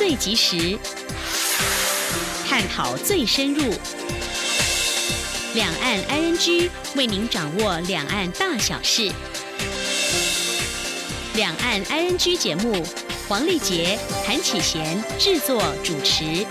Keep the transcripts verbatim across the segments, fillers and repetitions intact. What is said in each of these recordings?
最及时，探讨最深入。两岸 I N G 为您掌握两岸大小事。两岸 I N G 节目，黄丽杰、韩启贤制作主持。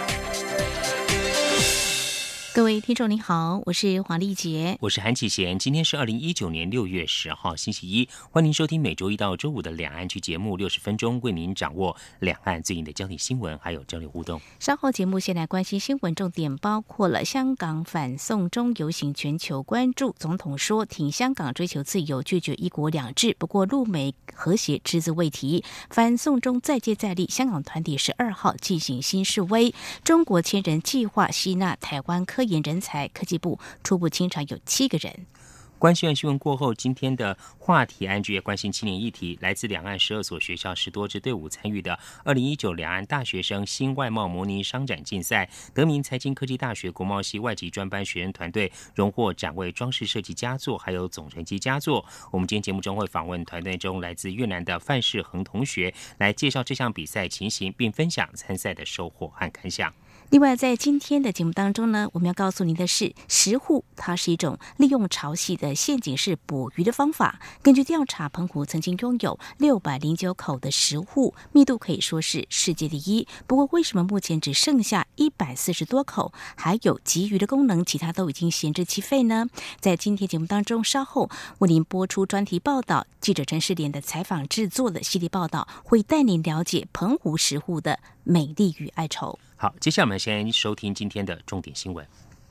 各位听众您好，我是黄丽杰， 我是韩启贤。今天是二零一九年六月十号星期一，欢迎收听每周一到周五的两岸区节目，六十分钟为您掌握两岸最近的焦点新闻，还有交流互动。 稍后节目先来关心新闻重点，包括了香港反送中游行全球关注，总统说挺香港追求自由，拒绝一国两制，不过陆美和谐只字未提。反送中再接再厉，香港团体十二号进行新示威，中国千人计划吸纳台湾科研人才，科技部初步清查有七个人。 关系院新闻过后，今天的话题安居也关心青年议题。来自两岸十二所学校十多支队伍参与的二零一九两岸大学生新外贸模拟商展竞赛，德明财经科技大学国贸系外籍专班学生团队荣获展位装饰设计佳作，还有总成绩佳作。我们今天节目中会访问团队中来自越南的范世恒同学，来介绍这项比赛情形，并分享参赛的收获和感想。 另外，在今天的节目当中呢，我们要告诉您的是，石沪它是一种利用潮汐的陷阱式捕鱼的方法。根据调查，澎湖曾经拥有六百零九口的石沪，密度可以说是世界第一。不过，为什么目前只剩下一百四十多口，还有集鱼的功能，其他都已经闲置弃废呢？在今天节目当中，稍后为您播出专题报道，记者陈世莲的采访制作的系列报道，会带您了解澎湖石沪的美丽与哀愁。 好，接下来我们先收听今天的重点新闻。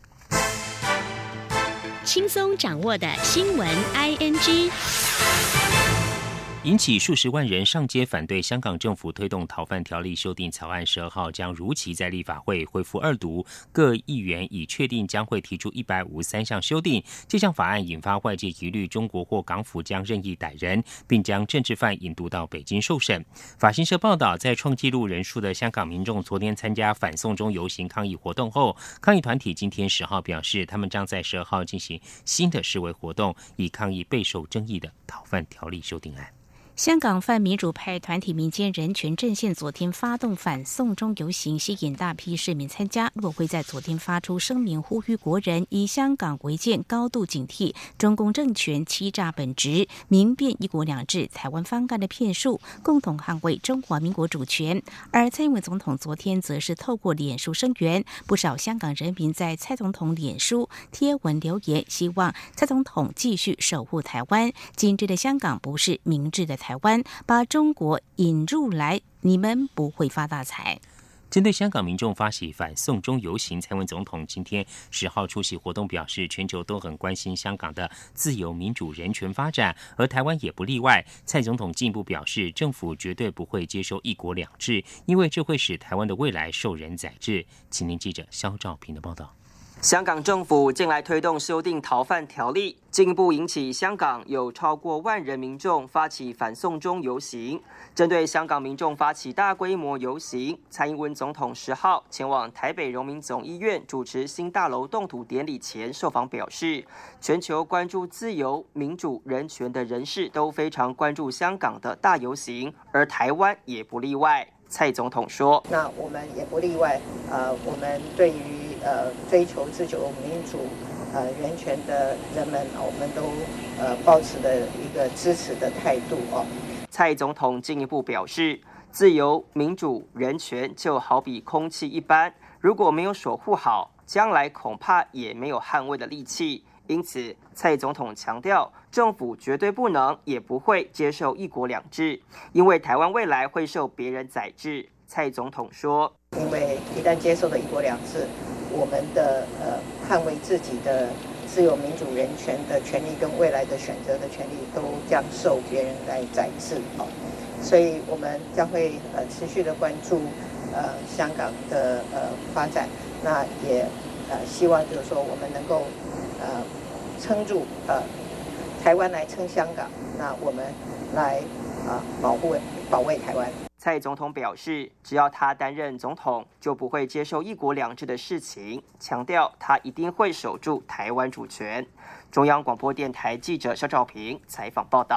轻松掌握的新闻 I N G。 引起数十万人上街反对香港政府推动逃犯条例修订草案，十二号将如期在立法会恢复二读。各议员已确定将会提出一百五十三项修订。这项法案引发外界疑虑，中国或港府将任意逮人，并将政治犯引渡到北京受审。法新社报道，在创纪录人数的香港民众昨天参加反送中游行抗议活动后，抗议团体今天十号表示，他们将在十二号进行新的示威活动，以抗议备受争议的逃犯条例修订案。 香港泛民主派团体民间人权阵线昨天发动反送中游行，吸引大批市民参加。陆委会在昨天发出声明，呼吁国人以香港为鉴，高度警惕中共政权欺诈本质，明辨一国两制台湾方案的骗术，共同捍卫中华民国主权。而蔡英文总统昨天则是透过脸书声援，不少香港人民在蔡总统脸书贴文留言，希望蔡总统继续守护台湾。今日的香港不是明智的台湾。台湾把中国引入来，你们不会发大财。 针对香港民众发起反送中游行，蔡英文总统今天十号出席活动，表示全球都很关心香港的自由民主人权发展，而台湾也不例外。蔡总统进一步表示，政府绝对不会接受一国两制，因为这会使台湾的未来受人宰制。请您记者肖兆平的报道。 香港政府近来推动修订逃犯条例，进一步引起香港有超过万人民众发起反送中游行。针对香港民众发起大规模游行，蔡英文总统十号前往台北荣民总医院主持新大楼动土典礼前受访表示，全球关注自由、民主、人权的人士都非常关注香港的大游行，而台湾也不例外。蔡总统说：“ 那我们也不例外。呃，我们对于呃追求自由、民主、呃人权的人们，我们都呃抱持的一个支持的态度哦。” 蔡总统进一步表示，自由、民主、人权就好比空气一般，如果没有守护好，将来恐怕也没有捍卫的力气。因此，蔡总统强调，政府绝对不能也不会接受一国两制，因为台湾未来会受别人宰制。蔡总统说：“ 因为一旦接受了一国两制，我们的呃捍卫自己的自由、民主、人权的权利跟未来的选择的权利，都将受别人来宰制哦。所以我们将会呃持续的关注呃香港的呃发展，那也呃希望就是说我们能够呃。”撑住呃台湾来撑香港，那我们来啊、呃、保护保卫台湾。 蔡总统表示，只要他担任总统，就不会接受一国两制的事情，强调他一定会守住台湾主权。中央广播电台记者肖兆平采访报道。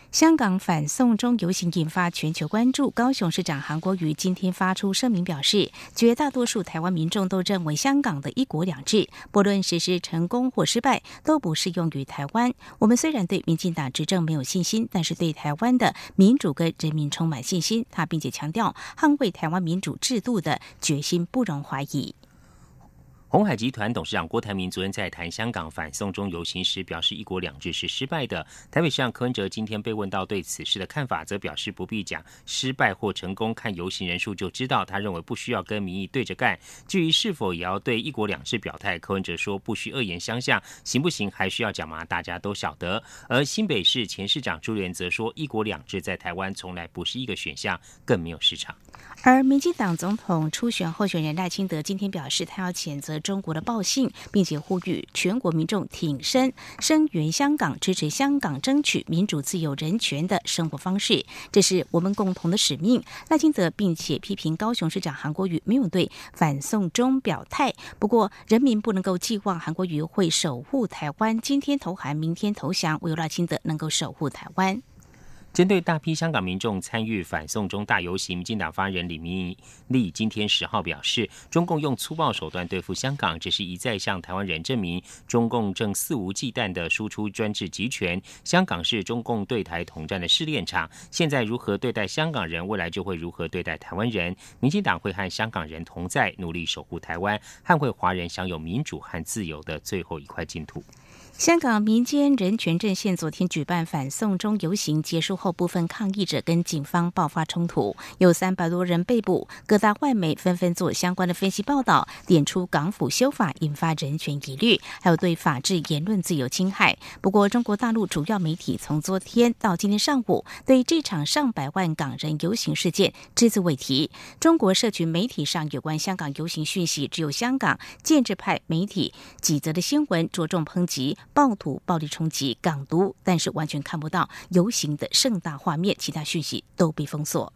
香港反送中游行引发全球关注。高雄市长韩国瑜今天发出声明表示，绝大多数台湾民众都认为香港的一国两制，不论实施成功或失败，都不适用于台湾。我们虽然对民进党执政没有信心，但是对台湾的民主跟人民充满信心。他并且强调，捍卫台湾民主制度的决心不容怀疑。 鸿海集团董事长郭台铭昨天在谈香港反送中游行时表示，一国两制是失败的。台北市长柯文哲今天被问到对此事的看法，则表示不必讲失败或成功，看游行人数就知道。他认为不需要跟民意对着干。至于是否也要对一国两制表态，柯文哲说不需恶言相向，行不行还需要讲吗？大家都晓得。而新北市前市长朱立伦则说，一国两制在台湾从来不是一个选项，更没有市场。 而民进党总统初选候选人赖清德今天表示，他要谴责中国的暴信，并且呼吁全国民众挺身声援香港，支持香港争取民主自由人权的生活方式，这是我们共同的使命。赖清德并且批评高雄市长韩国瑜没有对反送中表态，不过人民不能够寄望韩国瑜会守护台湾，今天投韩明天投降，唯有赖清德能够守护台湾。 针对大批香港民众参与反送中大游行，民进党发言人李明利今天十号表示，中共用粗暴手段对付香港，只是一再向台湾人证明中共正肆无忌惮地输出专制集权。香港是中共对台统战的试炼场，现在如何对待香港人，未来就会如何对待台湾人。民进党会和香港人同在，努力守护台湾，捍卫华人享有民主和自由的最后一块净土。 香港民间人权阵线昨天举办反送中游行结束后，部分抗议者跟警方爆发冲突，有三百多人被捕。各大外媒纷纷做相关的分析报道，点出港府修法引发人权疑虑，还有对法治言论自由侵害。不过，中国大陆主要媒体从昨天到今天上午，对这场上百万港人游行事件只字未提。中国社群媒体上有关香港游行讯息，只有香港建制派媒体几则的新闻着重抨击暴徒暴力冲击港独，但是完全看不到游行的盛大画面，其他讯息都被封锁。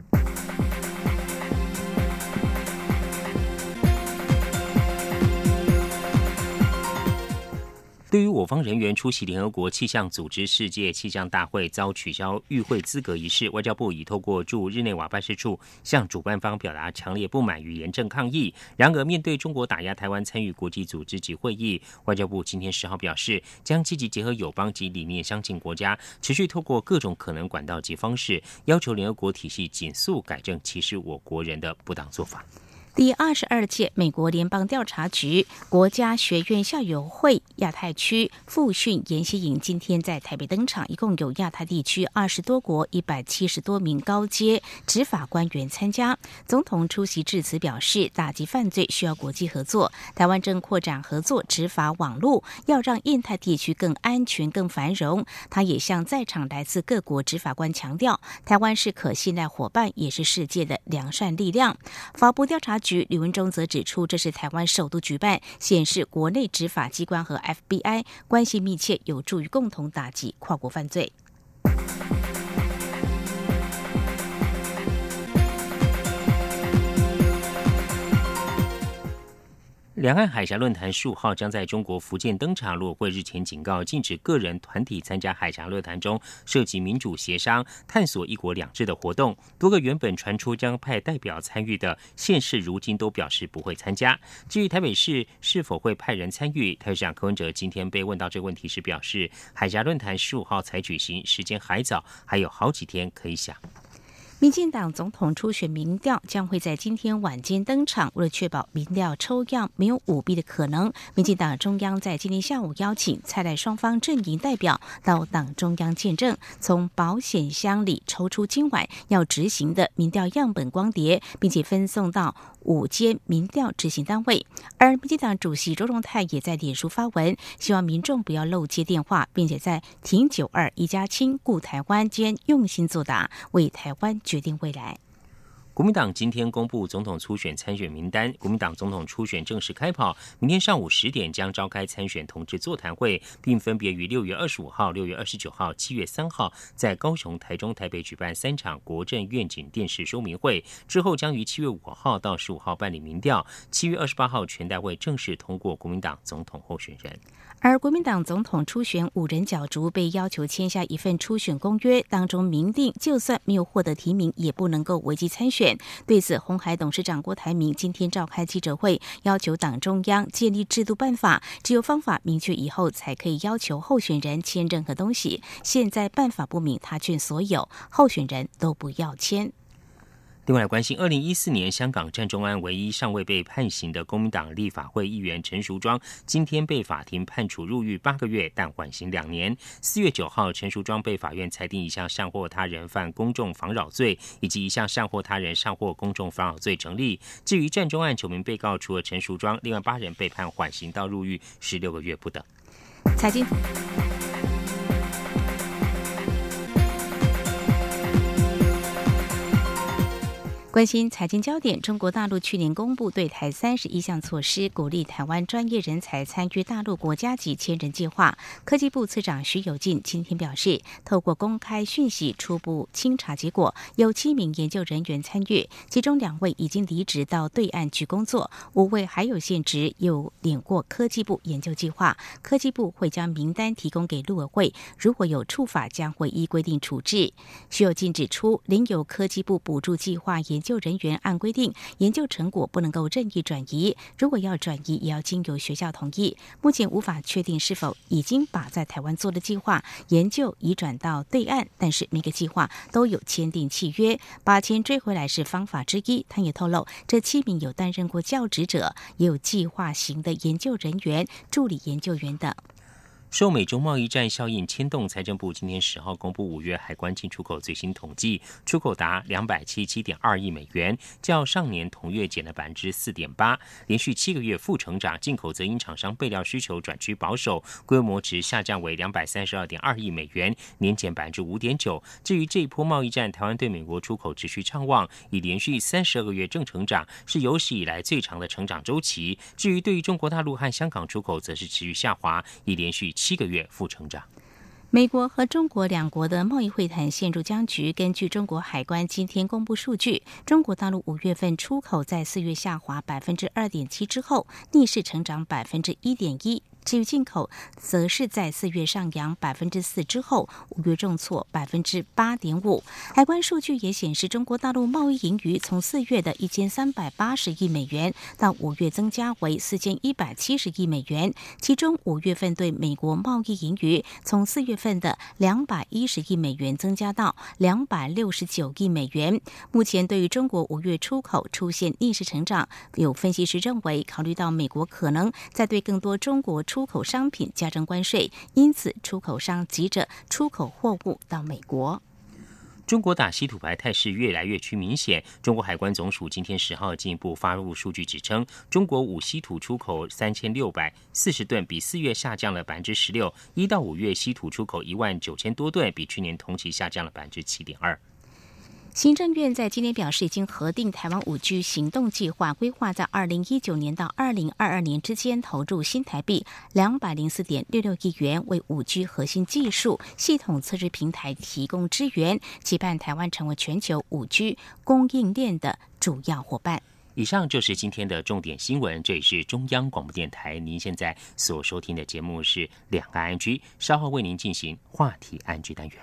对于我方人员出席联合国气象组织世界气象大会遭取消与会资格一事，外交部已透过驻日内瓦办事处向主办方表达强烈不满与严正抗议。然而，面对中国打压台湾参与国际组织及会议，外交部今天十号表示，将积极结合友邦及理念相近国家，持续透过各种可能管道及方式，要求联合国体系紧速改正歧视我国人的不当做法。 第二十二届美国联邦调查局国家学院校友会亚太区复训研习营今天在台北登场，一共有亚太地区二十多国一百七十多名高阶执法官员参加。总统出席致辞表示，打击犯罪需要国际合作，台湾正扩展合作执法网络，要让印太地区更安全更繁荣。他也向在场来自各国执法官强调，台湾是可信赖伙伴，也是世界的良善力量。法部调查局李文忠则指出，这是台湾首度举办，显示国内执法机关和 F B I 关系密切，有助于共同打击跨国犯罪。 两岸海峡论坛十五号将在中国福建登场，陆委会日前警告，禁止个人团体参加海峡论坛中涉及民主协商、探索一国两制的活动。多个原本传出将派代表参与的县市，如今都表示不会参加。至于台北市是否会派人参与，台北市长柯文哲今天被问到这个问题时表示，海峡论坛十五号才举行，时间还早，还有好几天可以想。 民进党总统初选民调将会在今天晚间登场，为了确保民调抽样没有舞弊的可能，民进党中央在今天下午邀请蔡赖双方阵营代表到党中央见证，从保险箱里抽出今晚要执行的民调样本光碟，并且分送到五间民调执行单位。而民进党主席周荣泰也在脸书发文，希望民众不要漏接电话，并且在挺九二一家亲顾台湾间用心作答，为台湾决定未来。 国民党今天公布总统初选参选名单，国民党总统初选正式开跑，明天上午十点将召开参选同志座谈会，并分别于六月二十五号、六月二十九号、七月三号在高雄、台中、台北举办三场国政愿景电视说明会，之后将于七月五号到十五号办理民调，七月二十八号全代会正式通过国民党总统候选人。 而国民党总统初选五人角逐被要求签下一份初选公约，当中明定就算没有获得提名，也不能够违纪参选。对此，鸿海董事长郭台铭今天召开记者会，要求党中央建立制度办法，只有方法明确以后，才可以要求候选人签任何东西。现在办法不明，他劝所有候选人都不要签。 另外，关心二零一四年香港战中案唯一尚未被判刑的公民党立法会议员陈淑庄，今天被法庭判处入狱八个月，但缓刑两年。四月九号，陈淑庄被法院裁定一项煽惑他人犯公众妨扰罪，以及一项煽惑他人煽惑公众妨扰罪成立。至于战中案九名被告，除了陈淑庄，另外八人被判缓刑到入狱十六个月不等。 财经。关心财经焦点，中国大陆去年公布对台三十一项措施，鼓励台湾专业人才参与大陆国家级千人计划。科技部次长徐有进今天表示，透过公开讯息初步清查结果，有七名研究人员参与，其中两位已经离职到对岸去工作，五位还有现职，有领过科技部研究计划。科技部会将名单提供给陆委会，如果有触法，将会依规定处置。徐有进指出，领有科技部补助计划研究研究人员按规定，研究成果不能够任意转移，如果要转移，也要经由学校同意。目前无法确定是否已经把在台湾做的计划研究移转到对岸，但是每个计划都有签订契约，把钱追回来是方法之一。他也透露，这七名有担任过教职者，也有计划型的研究人员、助理研究员等。 受美中贸易战效应牵动，财政部今天十号公布五月海关进出口最新统计，出口达两百七十七点二亿美元，较上年同月减了百分之四点八，连续七个月负成长。进口则因厂商备料需求转趋保守，规模值下降为两百三十二点二亿美元，年减百分之五点九。至于这一波贸易战，台湾对美国出口持续畅旺，已连续三十二个月正成长，是有史以来最长的成长周期。至于对于中国大陆和香港出口，则是持续下滑，已连续七个月负成长。 美国和中国两国的贸易会谈陷入僵局。根据中国海关今天公布数据，中国大陆五月份出口在四月下滑百分之二点七之后，逆势成长百分之一点一。至于进口，则是在四月上扬百分之四之后，五月重挫百分之八点五。海关数据也显示，中国大陆贸易盈余从四月的一千三百八十亿美元，到五月增加为四千一百七十亿美元。其中五月份对美国贸易盈余从四月份的两百一十亿美元增加到两百六十九亿美元。目前对于中国五月出口出现逆势成长，有分析师认为，考虑到美国可能在对更多中国出口商品加征关税，因此出口商急着出口货物到美国。 中国打稀土牌态势越来越趋明显。中国海关总署今天十号进一步发布数据，指称中国五稀土出口三千六百四十吨，比四月下降了百分之十六；一到五月稀土出口一万九千多吨，比去年同期下降了百分之七点二。 行政院在今天表示，已经核定台湾 五 G 行动计划，规划在二零一九年到二零二二年之间投入新台币两百零四点六六亿元，为 五 G 核心技术系统测试平台提供支援，期盼台湾成为全球 五 G 供应链的主要伙伴。 以上就是今天的重点新闻，这里是中央广播电台，您现在所收听的节目是两岸 I N G， 稍后为您进行话题 I N G 单元。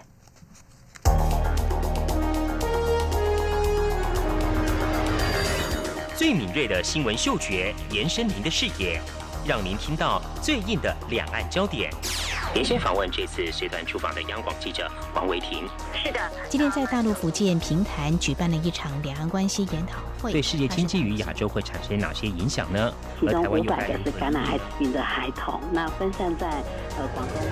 最敏锐的新闻嗅觉，延伸您的视野，让您听到最硬的两岸焦点。连线访问这次随团出访的央广记者黄维婷。 是的， 今天在大陆福建平潭举办了一场两岸关系研讨会， 对世界经济与亚洲会产生哪些影响呢？ 其中五百个是感染艾滋病的孩童，那分散在呃广东、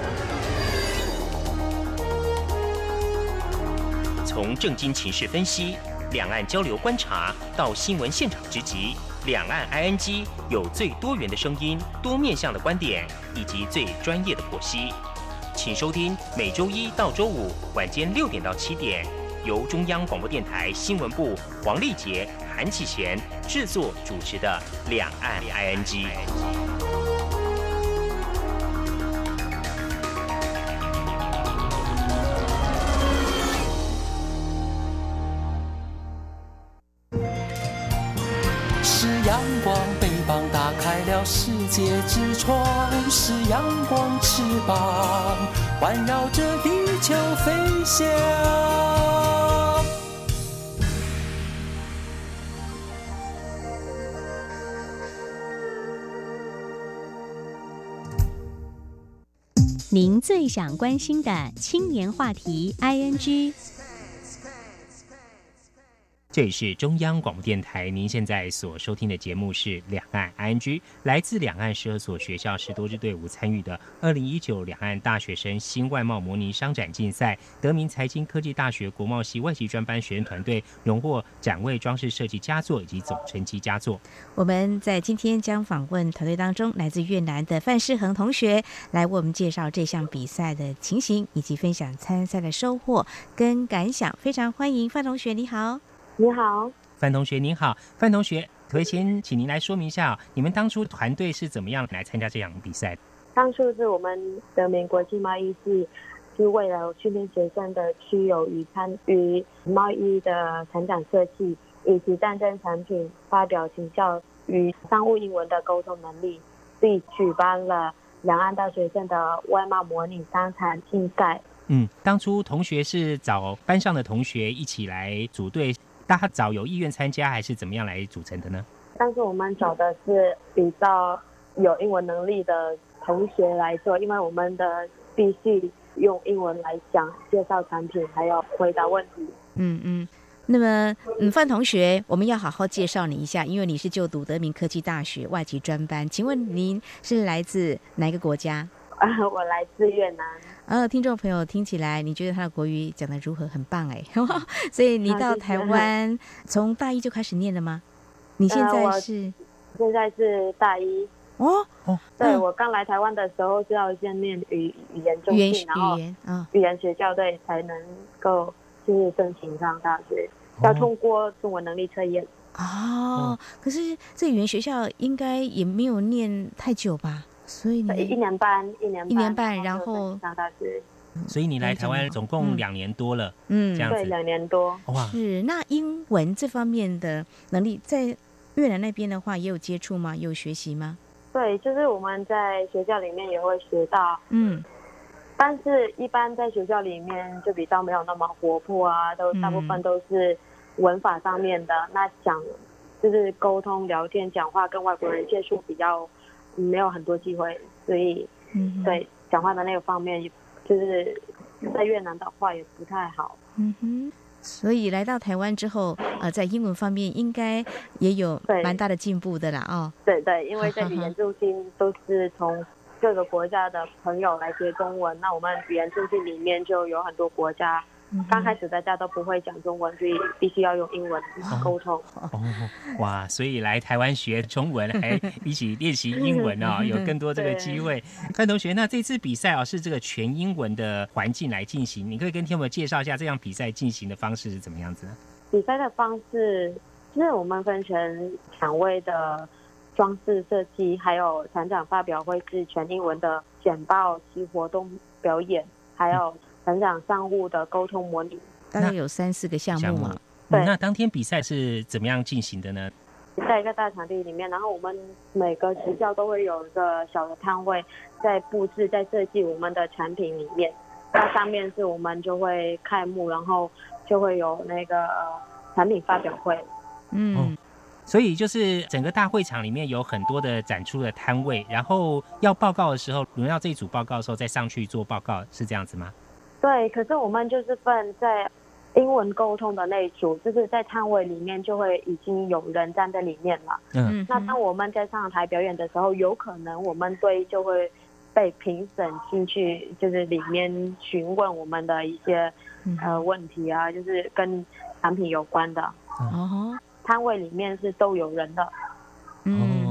广东。从政经情势分析、两岸交流观察到新闻现场直击，两岸 I N G 有最多元的声音、多面向的观点以及最专业的剖析。请收听每周一到周五晚间六点到七点， 由中央广播电台新闻部黄丽杰、韩启贤制作主持的《两岸 I N G》。 是阳光，翅膀打开了世界之窗，是阳光翅膀环绕着地球飞翔。 您最想关心的青年话题 I N G。 这里是中央广播电台，您现在所收听的节目是两岸 I N G， 来自两岸十二所学校十多支队伍参与的二零一九两岸大学生新外贸模拟商展竞赛，德明财经科技大学国贸系外籍专班学生团队荣获展位装饰设计佳作以及总成绩佳作。 我们在今天将访问团队当中来自越南的范世恒同学，来为我们介绍这项比赛的情形，以及分享参赛的收获跟感想。非常欢迎范同学，你好。 你好， 范同学您好。范同学，可以先请您来说明一下、哦、你们当初团队是怎么样来参加这场比赛？ 当初是我们德明国际贸易系是为了训练学生的区有与参与贸易的成长设计以及战争产品发表行销与商务英文的沟通能力，所以举办了两岸大学生的外贸模拟商场竞赛。 嗯，当初同学是找班上的同学一起来组队，大家找有意愿参加还是怎么样来组成的呢？ 当时我们找的是比较有英文能力的同学来做，因为我们的必须用英文来讲介绍产品还有回答问题。 嗯嗯，那么嗯，范同学，我们要好好介绍你一下，因为你是就读德明科技大学外籍专班，请问您是来自哪一个国家？ 我来自越南。 呃，听众朋友听起来，你觉得他的国语讲得如何？很棒哎！所以你到台湾从大一就开始念了吗？你现在是？ 呃、现在是大一。 哦哦， 对、嗯，我刚来台湾的时候是要先念语语言中心，然后语言学校对才能够就是申请上大学，哦、要通过中文能力测验。 哦，可是这语言学校应该也没有念太久吧？所以你一年半，一年半， 一年半，然后上大学。 所以你来台湾总共两年多了， 嗯， 这样子， 对，两年多。 哇， 是那英文这方面的能力，在越南那边的话也有接触吗？有学习吗？ 对，就是我们在学校里面也会学到， 嗯， 但是一般在学校里面就比较没有那么活泼啊，都大部分都是文法上面的，嗯、那讲就是沟通、聊天、讲话跟外国人接触比较。没有很多机会，所以、嗯、对讲话的那个方面，就是在越南的话也不太好。 嗯哼，所以来到台湾之后，呃，在英文方面应该也有蛮大的进步的啦。哦， 对对，因为在语言中心都是从各个国家的朋友来学中文，那我们语言中心里面就有很多国家。刚开始大家都不会讲中文，所以必须要用英文沟通。 哦，哦哇！所以来台湾学中文，还一起练习英文哦，有更多这个机会。范同学，那这次比赛哦是这个全英文的环境来进行，你可以跟听众们介绍一下这样比赛进行的方式是怎么样子呢？ 比赛的方式就是我们分成场位的装饰设计，还有场场发表会是全英文的简报及活动表演，还有。成长商务的沟通模拟， 大概有三四个项目嘛。 对、嗯，那当天比赛是怎么样进行的呢？ 在一个大场地里面，然后我们每个学校都会有一个小的摊位，在布置、在设计我们的产品里面。那上面是我们就会开幕，然后就会有那个、呃、产品发表会。 嗯。哦， 所以就是整个大会场里面有很多的展出的摊位，然后要报告的时候，轮到这一组报告的时候再上去做报告，是这样子吗？ 对，可是我们就是分在英文沟通的那一组，就是在摊位里面就会已经有人站在里面了。嗯，那当我们在上台表演的时候，有可能我们队就会被评审进去，就是里面询问我们的一些、嗯、呃问题啊，就是跟产品有关的。哦，摊位里面是都有人的。 哦，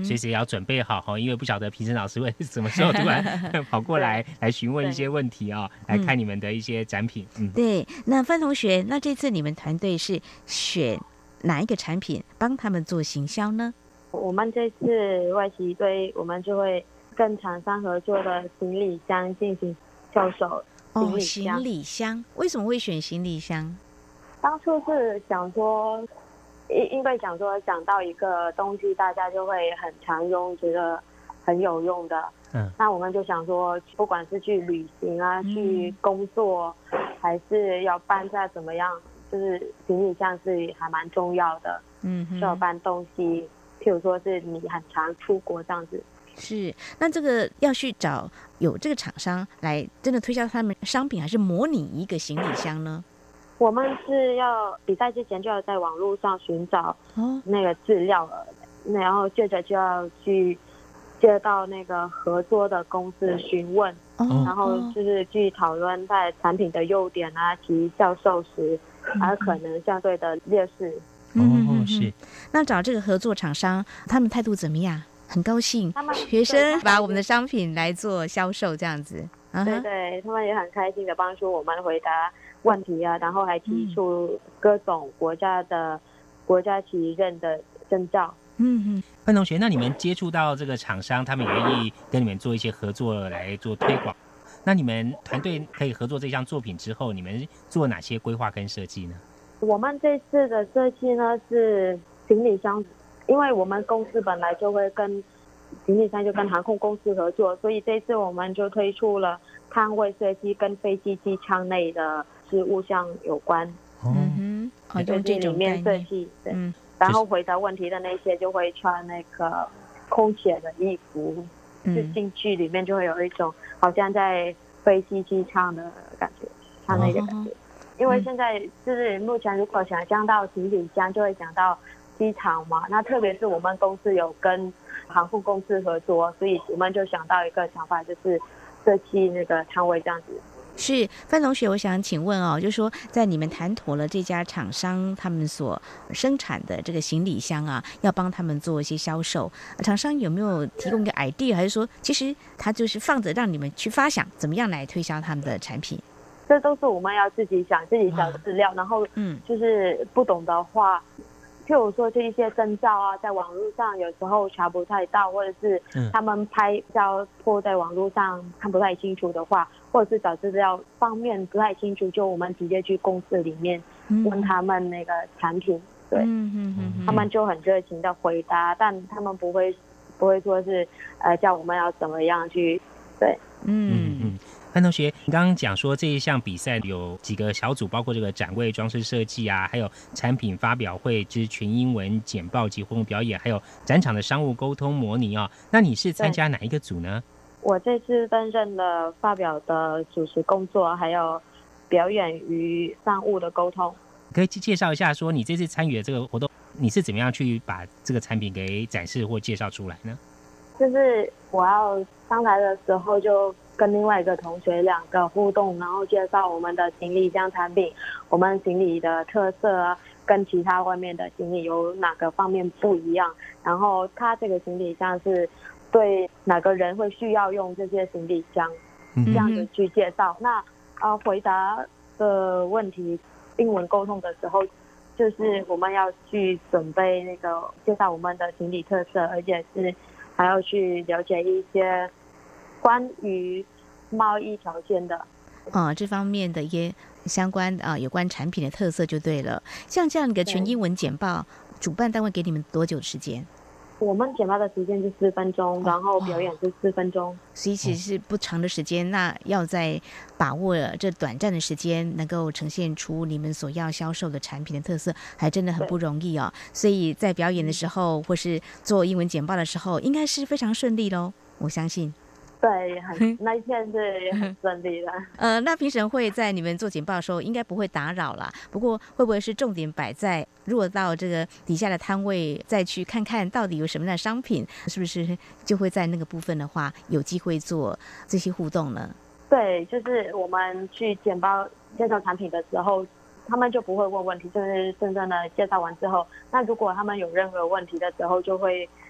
随时也要准备好哈，因为不晓得评审老师会什么时候突然跑过来来询问一些问题啊、哦，来看你们的一些展品。嗯， 对。那范同学，那这次你们团队是选哪一个产品帮他们做行销呢？ 我们这次外企队，我们就会跟厂商合作的行李箱进行销售。 哦，行李箱，为什么会选行李箱？ 当初是想说，因因为想说想到一个东西，大家就会很常用，觉得很有用的。嗯，那我们就想说，不管是去旅行啊，嗯、去工作，还是要搬家怎么样，就是行李箱是还蛮重要的。嗯，需要搬东西，譬如说是你很常出国这样子。 是，那这个要去找有这个厂商来真的推销他们商品，还是模拟一个行李箱呢？ 我们是要比赛之前就要在网络上寻找那个资料了，哦、然后接着就要去接到那个合作的公司询问，哦、然后就是去讨论在产品的优点啊，及销售时还有可能相对的劣势。 哦，是。 那找这个合作厂商，他们态度怎么样？很高兴学生把我们的商品来做销售这样子。 对对，他们也很开心的帮助我们回答问题啊，然后还提出各种国家的、嗯、国家级认的证照。 嗯嗯，范同学，那你们接触到这个厂商，他们也愿意跟你们做一些合作来做推广，那你们团队可以合作这项作品之后，你们做哪些规划跟设计呢？ 我们这次的设计呢是行李箱，因为我们公司本来就会跟行李箱就跟航空公司合作，所以这次我们就推出了摊位设计跟飞机机舱内的事物项有关。嗯哼，就是里面设计，对、嗯，然后回答问题的那些就会穿那个空姐的衣服，嗯、就进去里面就会有一种好像在飞机机舱的感觉，舱内的感觉。哦、因为现在就是目前如果想象到行李箱，就会想到机场嘛，那特别是我们公司有跟航空公司合作，所以我们就想到一个想法，就是设计那个摊位这样子。 是范同学，我想请问哦，就是说在你们谈妥了这家厂商他们所生产的这个行李箱啊，要帮他们做一些销售，厂商有没有提供一个 idea， 还是说其实他就是放着让你们去发想怎么样来推销他们的产品？ 这都是我们要自己想自己找资料，然后嗯，就是不懂的话，譬如说这一些证照啊，在网络上有时候查不太到，或者是他们拍照或在网络上看不太清楚的话，或者是找资料方面不太清楚，就我们直接去公司里面问他们那个产品，对，嗯嗯嗯，他们就很热情的回答，但他们不会不会说是呃叫我们要怎么样去，对， 嗯嗯。范同学，你刚刚讲说这一项比赛有几个小组，包括这个展位装饰设计啊，还有产品发表会之全英文简报及活动表演，还有展场的商务沟通模拟哦。那你是参加哪一个组呢？ 我这次担任了发表的主持工作，还有表演与商务的沟通。 可以介绍一下说你这次参与的这个活动，你是怎么样去把这个产品给展示或介绍出来呢？ 就是我要上台的时候就跟另外一个同学两个互动，然后介绍我们的行李箱产品，我们行李的特色啊，跟其他外面的行李有哪个方面不一样，然后他这个行李箱是对哪个人会需要用这些行李箱，这样子去介绍。嗯、那呃回答的问题，英文沟通的时候，就是我们要去准备那个介绍我们的行李特色，而且是还要去了解一些关于贸易条件的哦，这方面的一些相关啊、呃、有关产品的特色就对了。像这样一个全英文简报，主办单位给你们多久的时间？ 我们简报的时间是四分钟，然后表演是四分钟， 所以其实是不长的时间。那要在把握这短暂的时间，能够呈现出你们所要销售的产品的特色，还真的很不容易哦。所以在表演的时候，或是做英文简报的时候，应该是非常顺利咯，我相信。 对，很那一天是很顺利的。 呃，那评审会在你们做简报的时候，应该不会打扰啦。不过，会不会是重点摆在如果到这个底下的摊位再去看看到底有什么样的商品，是不是就会在那个部分的话有机会做这些互动呢？ 对，就是我们去简报介绍产品的时候，他们就不会问问题，就是真正的介绍完之后，那如果他们有任何问题的时候，就会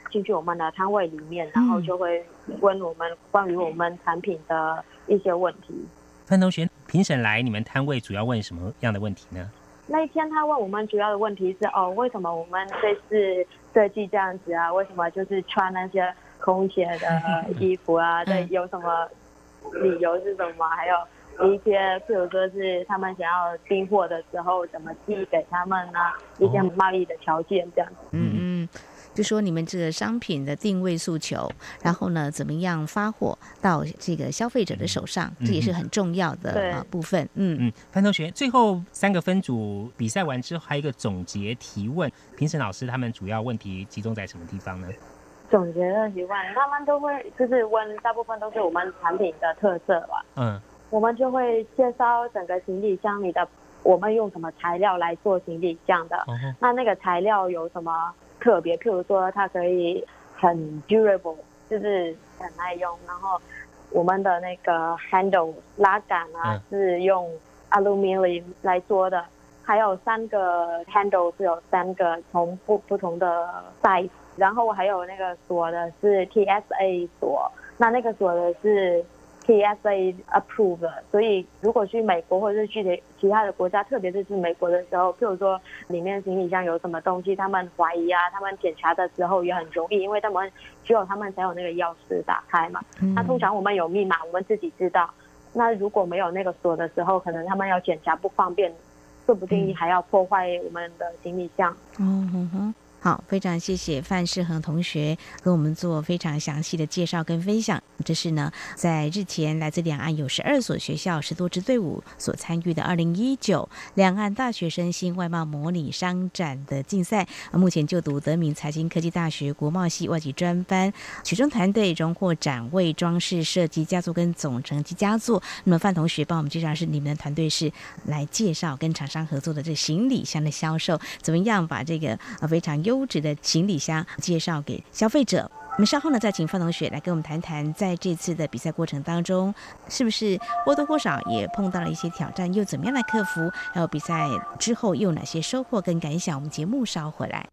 进去我们的摊位里面，然后就会问我们关于我们产品的一些问题。 范同学，评审来你们摊位主要问什么样的问题呢？ 那一天他问我们主要的问题是哦，为什么我们这次设计这样子啊？为什么就是穿那些空姐的衣服啊？对，有什么理由是什么？还有一些譬如说是他们想要订货的时候怎么寄给他们啊，一些贸易的条件这样子。 嗯嗯。就说你们这个商品的定位诉求，然后呢，怎么样发货到这个消费者的手上，嗯、这也是很重要的、呃、部分。嗯嗯，范同学，最后三个分组比赛完之后，还有一个总结提问，评审老师他们主要问题集中在什么地方呢？ 总结的提问，他们都会就是问，大部分都是我们产品的特色吧。嗯，我们就会介绍整个行李箱里的，我们用什么材料来做行李箱的，嗯、那那个材料有什么特别，譬如说它可以很 durable， 就是很耐用，然后我们的那个 handle 拉杆啊、嗯、是用 aluminum 来做的，还有三个 handle 是有三个从不不同的 size， 然后还有那个锁的是 T S A 锁，那那个锁的是T S A approved， 所以如果去美国或者是去其他的国家，特别是去美国的时候，譬如说里面行李箱有什么东西，他们怀疑啊，他们检查的时候也很容易，因为他们只有他们才有那个钥匙打开嘛。嗯、那通常我们有密码，我们自己知道。那如果没有那个锁的时候，可能他们要检查不方便，说不定还要破坏我们的行李箱。 嗯哼哼。好，非常谢谢范世恒同学跟我们做非常详细的介绍跟分享。这是呢，在日前来自两岸有十二所学校十多支队伍所参与的二零一九两岸大学生新外贸模拟商展的竞赛。目前就读德明财经科技大学国贸系外籍专班，取中团队荣获展位装饰设计佳作跟总成绩佳作。那么范同学帮我们介绍是你们的团队是来介绍跟厂商合作的这行李箱的销售，怎么样把这个非常优质的行李箱介绍给消费者。我们稍后呢，再请范同学来跟我们谈谈，在这次的比赛过程当中，是不是或多或少也碰到了一些挑战，又怎么样来克服？还有比赛之后又有哪些收获跟感想？我们节目稍回来。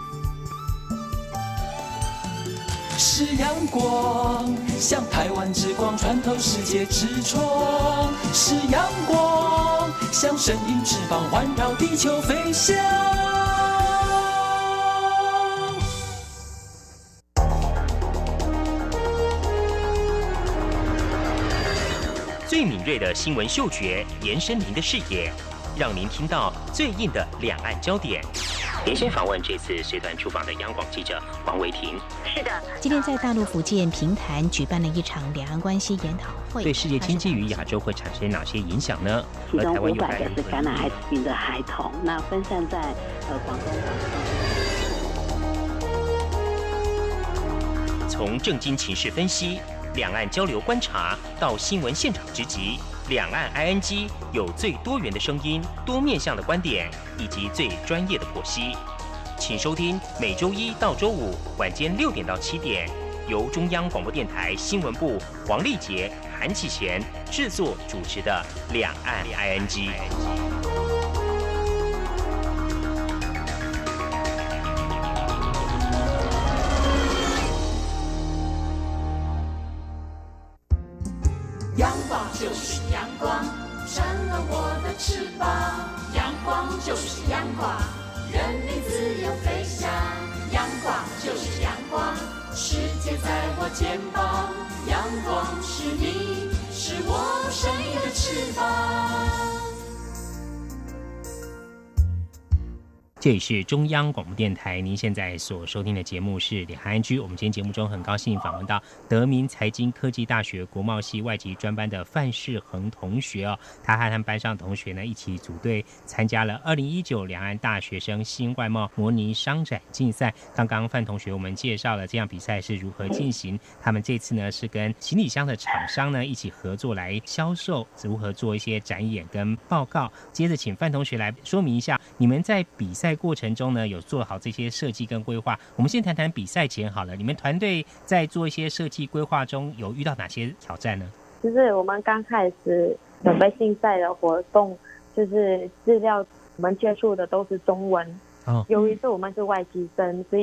是阳光，像台湾之光穿透世界之窗；是阳光，像神鹰翅膀环绕地球飞翔。 最敏锐的新闻嗅觉，延伸您的视野，让您听到最硬的两岸焦点。连线访问这次随团出访的央广记者黄维婷。 是的， 今天在大陆福建平潭举办了一场两岸关系研讨会， 对世界经济与亚洲会产生哪些影响呢？ 其中五百个是感染艾滋病的孩童，那分散在呃广东。 从政经情势分析、两岸交流观察到新闻现场直击，两岸 I N G 有最多元的声音、多面向的观点以及最专业的剖析。请收听每周一到周五晚间六点到七点，由中央广播电台新闻部黄丽杰、韩启贤制作主持的《两岸 I N G》。 阳光就是阳光，扇了我的翅膀。阳光就是阳光，任你自由飞翔。阳光就是阳光，世界在我肩膀。阳光是你，是我生命的翅膀。 这里是中央广播电台，您现在所收听的节目是两岸 I N G。我们今天节目中很高兴访问到德明财经科技大学国贸系外籍专班的范世恒同学哦，他和他们班上的同学呢一起组队参加了二零一九两岸大学生新外贸模拟商展竞赛。刚刚范同学我们介绍了这样比赛是如何进行，他们这次呢是跟行李箱的厂商呢一起合作来销售，如何做一些展演跟报告。接着请范同学来说明一下，你们在比赛过程中呢有做好这些设计跟规划。我们先谈谈比赛前好了，你们团队在做一些设计规划中有遇到哪些挑战呢？ 就是我们刚开始准备竞赛的活动，就是资料我们接触的都是中文。哦，由于是我们是外籍生，所以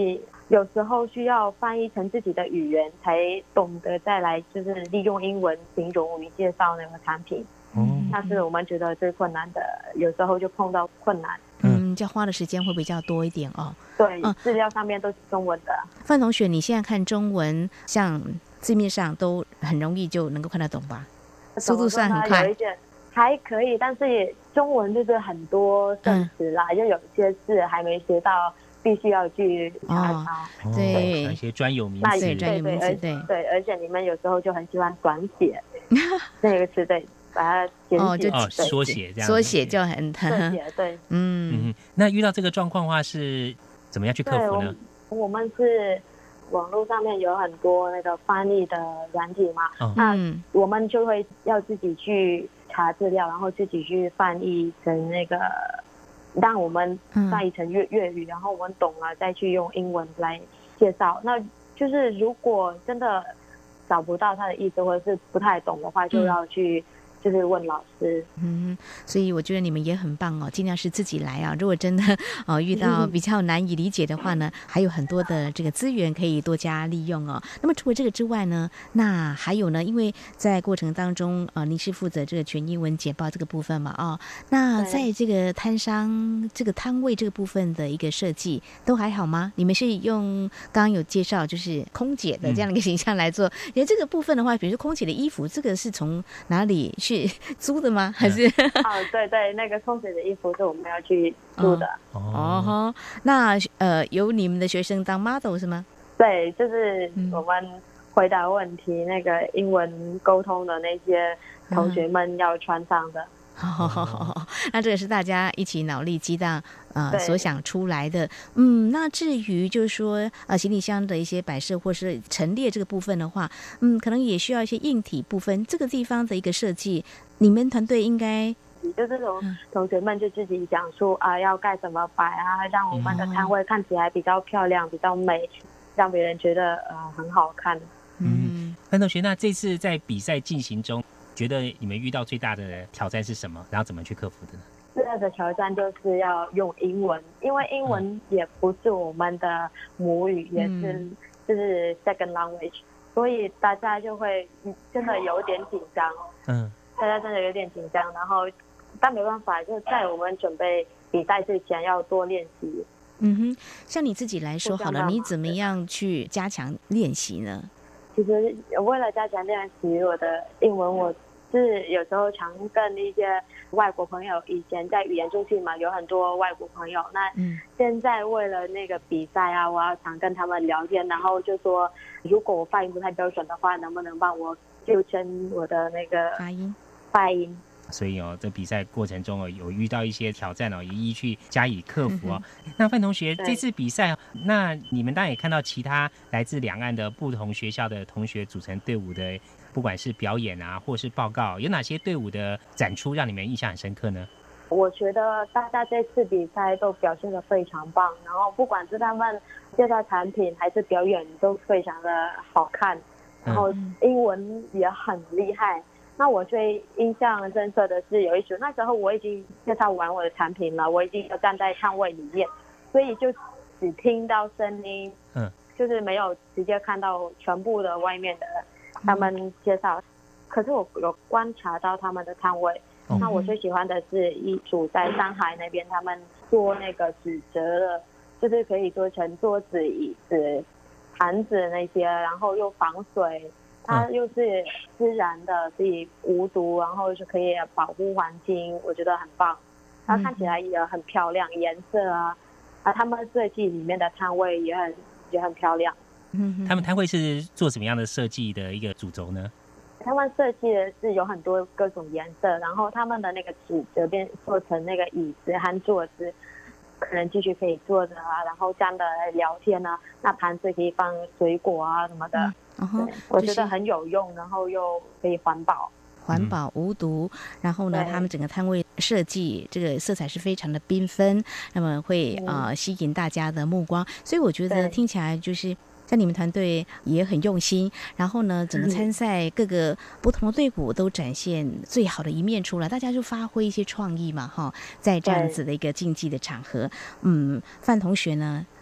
有时候需要翻译成自己的语言，才懂得再来就是利用英文形容与介绍那个产品。嗯，那是我们觉得最困难的，有时候就碰到困难。 嗯，这花的时间会比较多一点哦。 对，嗯、资料上面都是中文的。 范同学，你现在看中文，像字面上都很容易就能够看得懂吧？速度算很快。 有一点还可以，但是也中文就是很多生词啦，嗯、就有些字还没学到，必须要去查查。 哦、对， 一些专有名词， 对专有名词， 对对，而且你们有时候就很喜欢短写那个词，对。把它简写， 哦，就缩写这样， 缩写就很缩写，对， 嗯嗯。那遇到这个状况的话，是怎么样去克服呢？ 我, 我们是网络上面有很多那个翻译的软体嘛，哦、那我们就会要自己去查资料，然后自己去翻译成那个，让我们翻译成粤粤语，然后我们懂了再去用英文来介绍。那就是如果真的找不到他的意思，或者是不太懂的话，就要去。嗯就是问老师， 嗯，所以我觉得你们也很棒哦，尽量是自己来啊。如果真的哦遇到比较难以理解的话呢，还有很多的这个资源可以多加利用哦。那么除了这个之外呢，那还有呢，因为在过程当中，呃，您是负责这个全英文简报这个部分嘛，哦，那在这个摊商这个摊位这个部分的一个设计都还好吗？你们是用刚刚有介绍就是空姐的这样的一个形象来做，因为这个部分的话，比如说空姐的衣服，这个是从哪里去？是租的吗？还是？ 哦，对对，那个空姐的衣服是我们要去租的。 哦，哦那呃，由你们的学生当 model 是吗？ 对，就是我们回答问题、嗯、那个英文沟通的那些同学们要穿上的。 哦，那这个是大家一起脑力激荡呃所想出来的。嗯，那至于就是说呃行李箱的一些摆设或是陈列这个部分的话，嗯，可能也需要一些硬体部分，这个地方的一个设计，你们团队应该就这种同学们就自己想出啊要盖什么摆啊，让我们的摊位看起来比较漂亮、比较美，让别人觉得呃很好看。 嗯，范同学，那这次在比赛进行中，觉得你们遇到最大的挑战是什么？然后怎么去克服的呢？ 最大的挑战就是要用英文，因为英文也不是我们的母语，嗯、也是就是 second language， 所以大家就会真的有点紧张。嗯，大家真的有点紧张，然后但没办法，就在我们准备比赛之前要多练习。 嗯哼，像你自己来说好了，你怎么样去加强练习呢？ 其实为了加强练习我的英文，我是有时候常跟一些外国朋友，以前在语言中心嘛，有很多外国朋友。那现在为了那个比赛啊，我要常跟他们聊天，然后就说，如果我发音不太标准的话，能不能帮我纠正我的那个发音？ 发音。 所以哦，在比赛过程中哦，有遇到一些挑战哦，一一去加以克服哦。嗯、那范同学，这次比赛，那你们当然也看到其他来自两岸的不同学校的同学组成队伍的，不管是表演啊，或是报告，有哪些队伍的展出让你们印象很深刻呢？ 我觉得大家这次比赛都表现得非常棒，然后不管是他们介绍产品还是表演都非常的好看，然后英文也很厉害。那我最印象深刻的是有一组，那时候我已经介绍完我的产品了，我已经站在摊位里面，所以就只听到声音，嗯，就是没有直接看到全部的外面的他们介绍。嗯、可是我有观察到他们的摊位，嗯、那我最喜欢的是一组在上海那边，他们做那个纸折的，就是可以做成桌子、椅子、盘子那些，然后又防水。它又是自然的，所以无毒，然后就可以保护环境，我觉得很棒。它看起来也很漂亮，颜色啊，啊，他们设计里面的摊位也很也很漂亮。 嗯，他们摊位是做什么样的设计的一个主轴呢？ 他们设计的是有很多各种颜色，然后他们的那个纸这边做成那个椅子和桌子，可能继续可以坐着啊，然后这样的聊天啊，那盘子可以放水果啊什么的。嗯 Uh-huh, 我觉得很有用，然后又可以环保， 环保无毒。然后呢，他们整个摊位设计这个色彩是非常的缤纷，那么会呃吸引大家的目光。所以我觉得听起来就是像你们团队也很用心，然后呢，整个参赛各个不同的队伍都展现最好的一面出来，大家就发挥一些创意嘛，哈，在这样子的一个竞技的场合，嗯，范同学呢？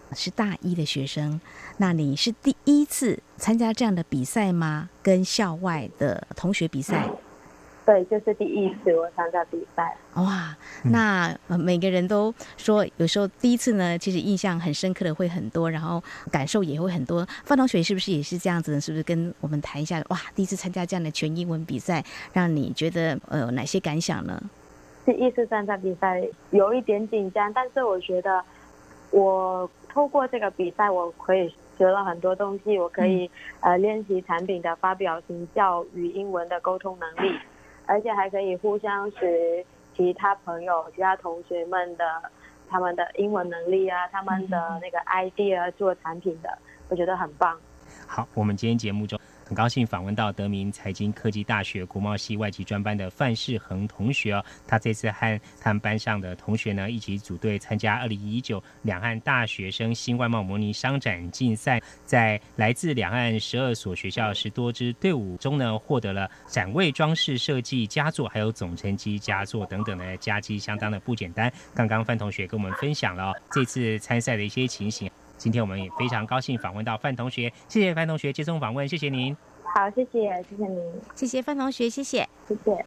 是大一的学生，那你是第一次参加这样的比赛吗？跟校外的同学比赛？ 对，就是第一次我参加比赛。 哇，那、呃、每个人都说，有时候第一次呢，其实印象很深刻的会很多，然后感受也会很多。范同学是不是也是这样子呢？是不是跟我们谈一下？哇，第一次参加这样的全英文比赛，让你觉得呃有哪些感想呢？ 第一次参加比赛有一点紧张，但是我觉得我透过这个比赛，我可以学了很多东西，我可以、嗯、呃练习产品的发表、行销与英文的沟通能力。而且还可以互相学其他朋友、其他同学们的他们的英文能力啊，他们的那个 idea 做产品的，我觉得很棒。 好，我们今天节目中很高兴访问到德明财经科技大学国贸系外籍专班的范世恒同学哦，他这次和他们班上的同学呢一起组队参加二零一九两岸大学生新外贸模拟商展竞赛，在来自两岸十二所学校十多支队伍中呢，获得了展位装饰设计佳作，还有总成绩佳作等等的佳绩，相当的不简单。刚刚范同学跟我们分享了、哦、这次参赛的一些情形。今天我们也非常高兴访问到范同学，谢谢范同学接受访问，谢谢您。 好，谢谢，谢谢您， 谢谢范同学，谢谢， 谢谢。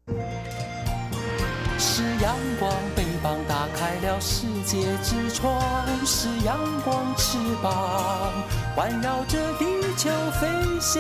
是阳光，翅膀打开了世界之窗，是阳光翅膀环绕着地球飞翔。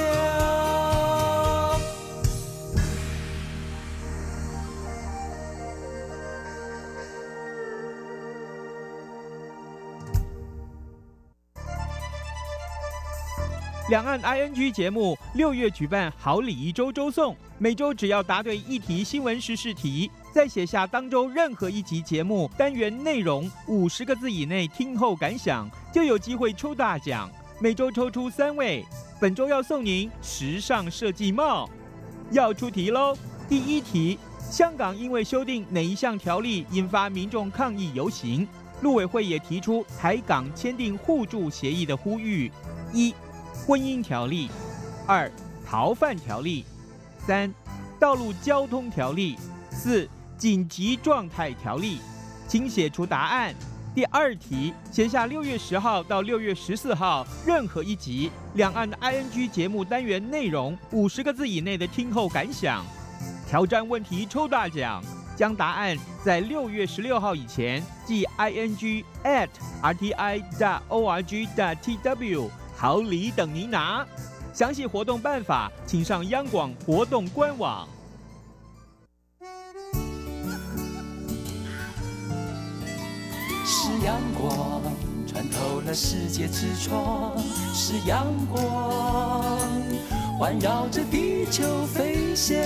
两岸 I N G 节目六月举办好礼一周周送，每周只要答对一题新闻时事题，再写下当周任何一集节目单元内容五十个字以内听后感想，就有机会抽大奖。每周抽出三位，本周要送您时尚设计帽。要出题喽！第一题：香港因为修订哪一项条例引发民众抗议游行？陆委会也提出台港签订互助协议的呼吁。一、婚姻条例；二、逃犯条例；三、道路交通条例；四、紧急状态条例。请写出答案。第二题，写下六月十号到六月十四号任何一集两岸 I N G 节目单元内容五十个字以内的听后感想。挑战问题抽大奖，将答案在六月十六号以前寄 I N G at R T I dot org dot T W。好礼等您拿，详细活动办法请上央广活动官网。 是阳光穿透了世界之窗，是阳光环绕着地球飞翔。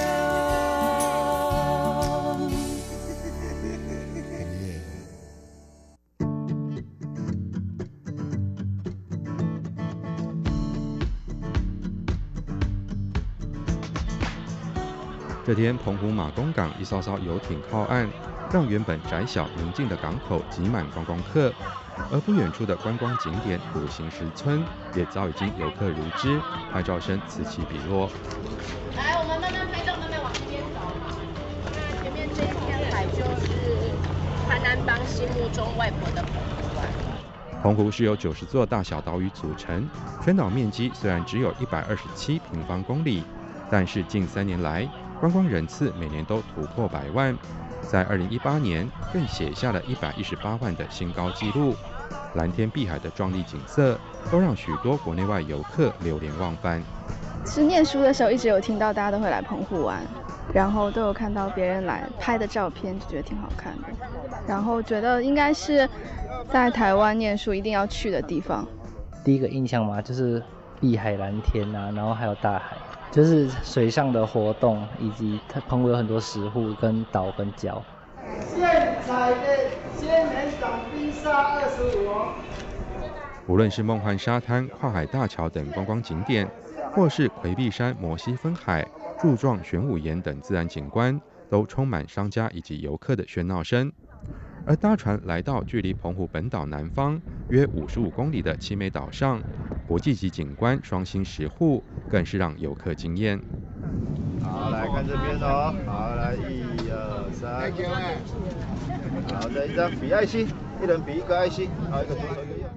这天，澎湖马公港一艘艘游艇靠岸，让原本窄小宁静的港口挤满观光客。而不远处的观光景点五行石村也早已经游客如织，拍照声此起彼落。 来，我们慢慢拍照，慢慢往这边走。那前面这一片海就是潘安邦心目中外婆的澎湖湾。 澎湖是由九十座大小岛屿组成，全岛面积虽然只有一百二十七平方公里，但是近三年来，观光人次每年都突破百万，在二零一八年更写下了一百一十八万的新高纪录。蓝天碧海的壮丽景色，都让许多国内外游客流连忘返。 是念书的时候一直有听到大家都会来澎湖玩，然后都有看到别人来拍的照片，就觉得挺好看的。然后觉得应该是在台湾念书一定要去的地方。 第一个印象嘛，就是碧海蓝天啊，然后还有大海。就是水上的活动，以及它澎湖有很多石沪跟岛跟礁。 现采的仙人掌冰沙二十五哦。 无论是梦幻沙滩、跨海大桥等观光景点，或是魁壁山、摩西分海、柱状玄武岩等自然景观，都充满商家以及游客的喧闹声。而搭船来到距离澎湖本岛南方约五十五公里的七美岛上，国际级景观双星石沪更是让游客惊艳。 好，来看这边哦。好，来一二三。好，再一张比爱心，一人比一个爱心。好，一个左手一个右。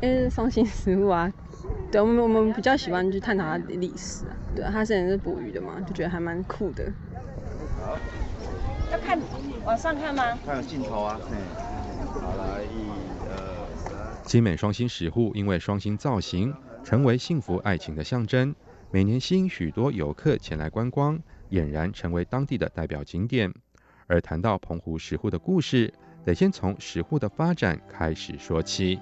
因为双星食物啊，对我们我们比较喜欢去探讨它的历史啊，对，它之前是捕鱼的嘛，就觉得还蛮酷的。 好，要看往上看吗？ 看镜头啊，嘿，好来一二三。 精美双星石户因为双星造型，成为幸福爱情的象征，每年吸引许多游客前来观光，俨然成为当地的代表景点。而谈到澎湖石户的故事，得先从石户的发展开始说起。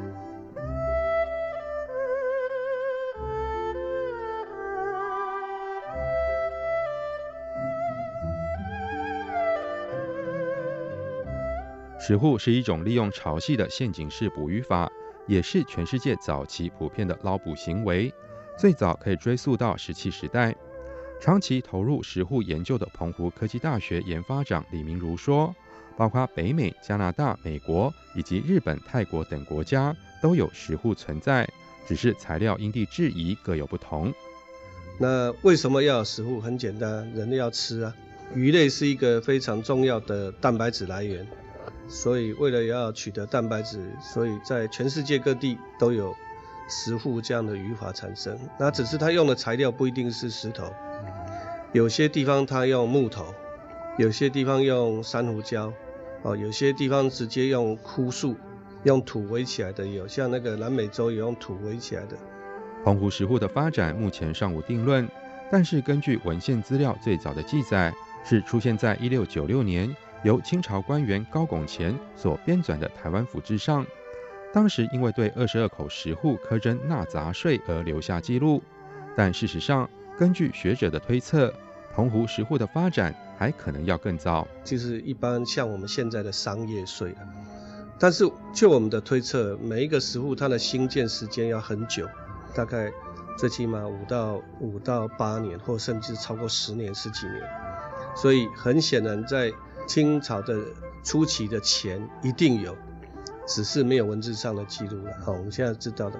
石户是一种利用潮汐的陷阱式捕鱼法，也是全世界早期普遍的捞捕行为，最早可以追溯到石器时代。长期投入石户研究的澎湖科技大学研发长李明如说，包括北美、加拿大、美国以及日本、泰国等国家都有石户存在，只是材料因地制宜各有不同。 那为什么要有石户？很简单，人类要吃啊，鱼类是一个非常重要的蛋白质来源。所以为了要取得蛋白质，所以在全世界各地都有石户这样的渔法产生。那只是它用的材料不一定是石头，有些地方它用木头，有些地方用珊瑚礁，哦，有些地方直接用枯树，用土围起来的有，像那个南美洲也用土围起来的。 澎湖石户的发展目前尚无定论，但是根据文献资料最早的记载，是出现在一六九六年。由清朝官员高拱乾所编纂的《台湾府志》上，当时因为对二十二口石户苛征纳杂税而留下记录，但事实上，根据学者的推测，澎湖石户的发展还可能要更早。 就是一般像我们现在的商业税啊，但是就我们的推测，每一个石户它的兴建时间要很久，大概最起码五到五到八年，或甚至超过十年、十几年，所以很显然在清朝的初期的钱一定有，只是没有文字上的记录了。好，我们现在知道的。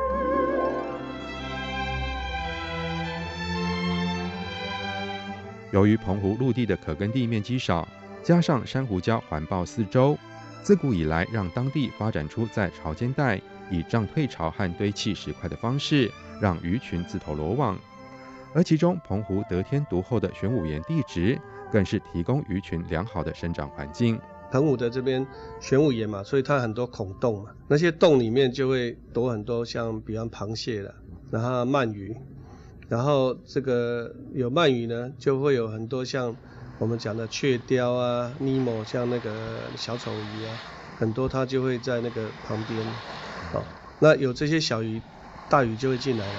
由于澎湖陆地的可耕地面积少，加上珊瑚礁环抱四周，自古以来让当地发展出在潮间带以涨退潮和堆砌石块的方式，让鱼群自投罗网。而其中澎湖得天独厚的玄武岩地质，更是提供鱼群良好的生长环境。 澎湖的这边玄武岩嘛，所以它很多孔洞嘛，那些洞里面就会躲很多像比方螃蟹了，然后鳗鱼，然后这个有鳗鱼呢，就会有很多像我们讲的雀鲷啊、尼莫，像那个小丑鱼啊，很多它就会在那个旁边。好，那有这些小鱼，大鱼就会进来了。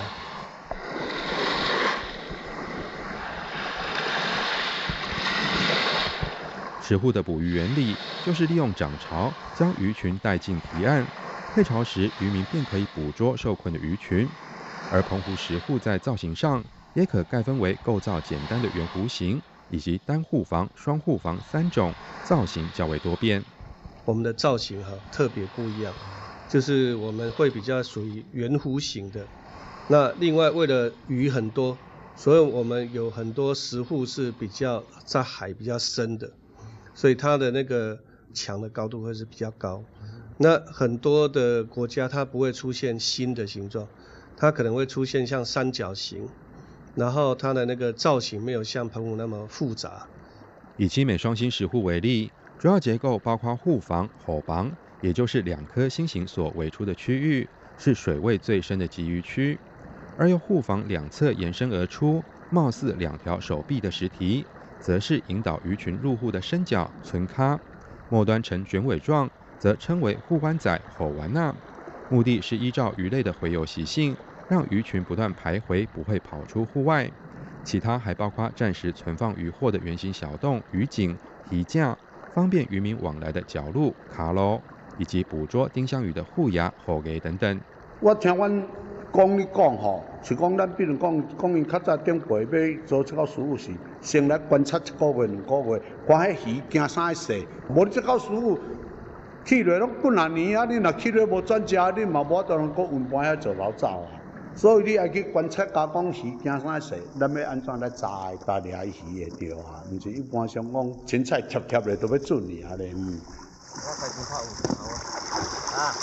石户的捕鱼原理就是利用涨潮将鱼群带进堤岸，退潮时渔民便可以捕捉受困的鱼群。而澎湖石户在造型上也可概分为构造简单的圆弧形，以及单户房、双户房三种，造型较为多变。 我们的造型哈特别不一样，就是我们会比较属于圆弧形的。那另外为了鱼很多，所以我们有很多石户是比较在海比较深的。所以它的那个墙的高度会是比较高，那很多的国家它不会出现新的形状，它可能会出现像三角形，然后它的那个造型没有像澎湖那么复杂。 以七美双星石户为例，主要结构包括护房、吼房，也就是两颗星形所围出的区域，是水位最深的集鱼区，而由护房两侧延伸而出，貌似两条手臂的石堤，则是引导鱼群入户的深角村咖，末端呈卷尾状，则称为护湾仔吼丸纳。目的是依照鱼类的洄游习性，让鱼群不断徘徊，不会跑出户外。其他还包括暂时存放渔获的圆形小洞、鱼井、堤架，方便渔民往来的角路、卡路，以及捕捉丁香鱼的护牙、吼给等等。 我听阮讲你讲吼，是讲咱比如讲讲因较早顶辈要做这个师傅时，先来观察一个月、两个月，看迄鱼惊啥细，无你这个师傅去落拢几啊年啊，你若去落无专家，你嘛无得能够运搬遐做老早啊。所以你爱去观察加讲鱼惊啥细，咱要安怎来查的，加掠鱼会着啊，毋是一般上讲凊彩贴贴咧都要准尔咧。嗯。我开始拍有好啊。啊。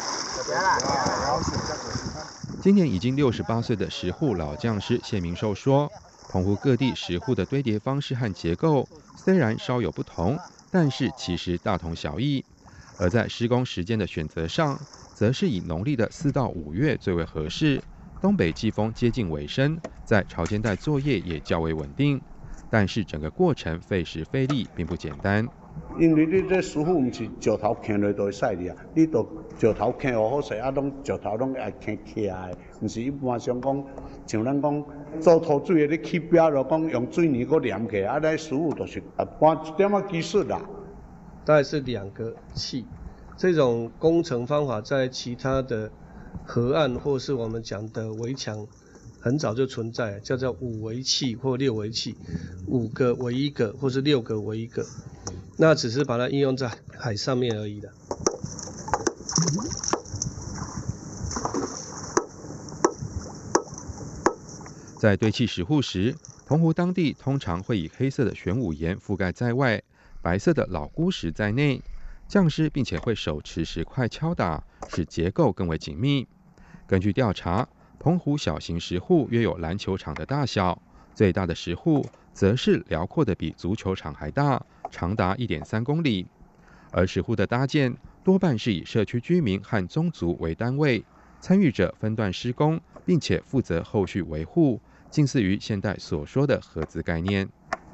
今年已经六十八岁的石户老匠师谢明寿说，澎湖各地石户的堆叠方式和结构虽然稍有不同，但是其实大同小异。而在施工时间的选择上，则是以农历的四到五月最为合适。东北季风接近尾声，在潮间带作业也较为稳定，但是整个过程费时费力，并不简单。 因为你这师傅唔是石头砍落就会使的啊，你都石头砍好好势，啊，拢石头拢爱砍起来，唔是一般上讲，像咱讲做土水的，你起标就讲用水泥搁黏起，啊，咱师傅就是啊，搬一点仔技术啦。 大概是两个气，这种工程方法在其他的河岸或是我们讲的围墙很早就存在，叫做五围气或六围气，五个围一个或是六个围一个，那只是把它应用在海上面而已的。 在堆砌石户时，澎湖当地通常会以黑色的玄武岩覆盖在外，白色的老钴石在内，匠师并且会手持石块敲打，使结构更为紧密。根据调查，澎湖小型石户约有篮球场的大小，最大的石户则是辽阔的比足球场还大，长达 一点三公里。而石户的搭建多半是以社区居民和宗族为单位，参与者分段施工，并且负责后续维护，近似于现代所说的合资概念。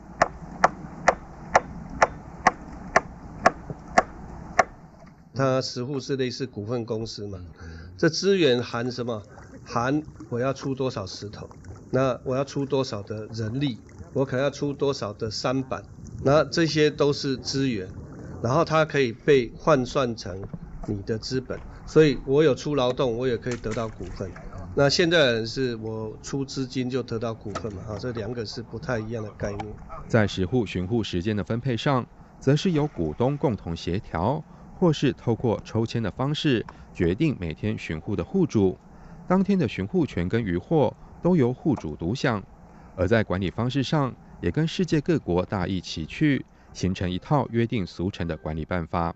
它石户是类似股份公司嘛，这资源含什么？含我要出多少石头，那我要出多少的人力，我可能要出多少的舢板，那这些都是资源，然后它可以被换算成你的资本，所以我有出劳动，我也可以得到股份。那现在人是我出资金就得到股份嘛，啊，这两个是不太一样的概念。 在石户巡户时间的分配上，则是由股东共同协调，或是透过抽签的方式决定每天巡户的户主，当天的巡户权跟渔获都由户主独享。而在管理方式上，也跟世界各国大异其趣，形成一套约定俗成的管理办法。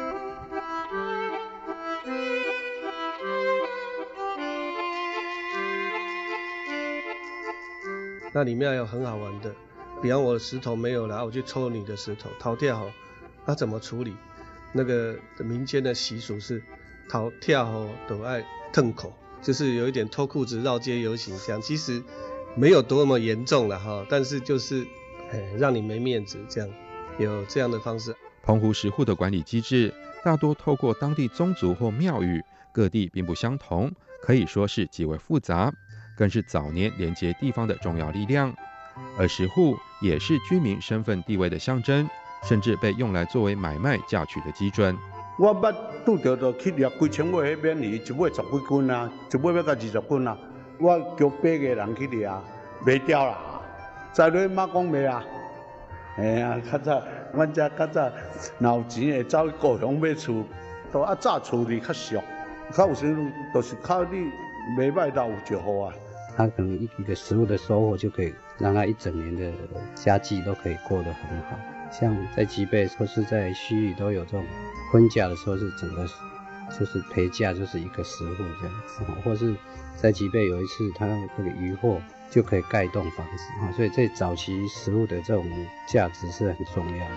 那里面还有很好玩的，比方我的石头没有了，我去抽你的石头，逃跳哦，那怎么处理？那个民间的习俗是逃跳哦都爱腾口，就是有一点脱裤子绕街游行这样，其实没有多么严重了哈，但是就是哎让你没面子这样，有这样的方式。 澎湖石户的管理机制大多透过当地宗族或庙宇，各地并不相同，可以说是极为复杂，更是早年连接地方的重要力量。而石户也是居民身份地位的象征，甚至被用来作为买卖嫁娶的基准。 我捌拄着就去掠几千尾迄免鱼，一尾十几斤啊，一尾要到二十斤啊。我叫八个人去掠，卖掉啦。再落马讲卖啊，哎呀，较早阮遮较早，若有钱会走去故乡买厝，都啊早厝里较俗，较有时就是靠你卖卖到有就好啊。 他可能一个食物的收获就可以让他一整年的家计都可以过得很好。像在吉贝或是在西屿都有这种婚嫁的时候，是整个就是陪嫁就是一个食户这样子，或是在吉贝有一次他那个渔获就可以盖一栋房子，所以在早期食物的这种价值是很重要的。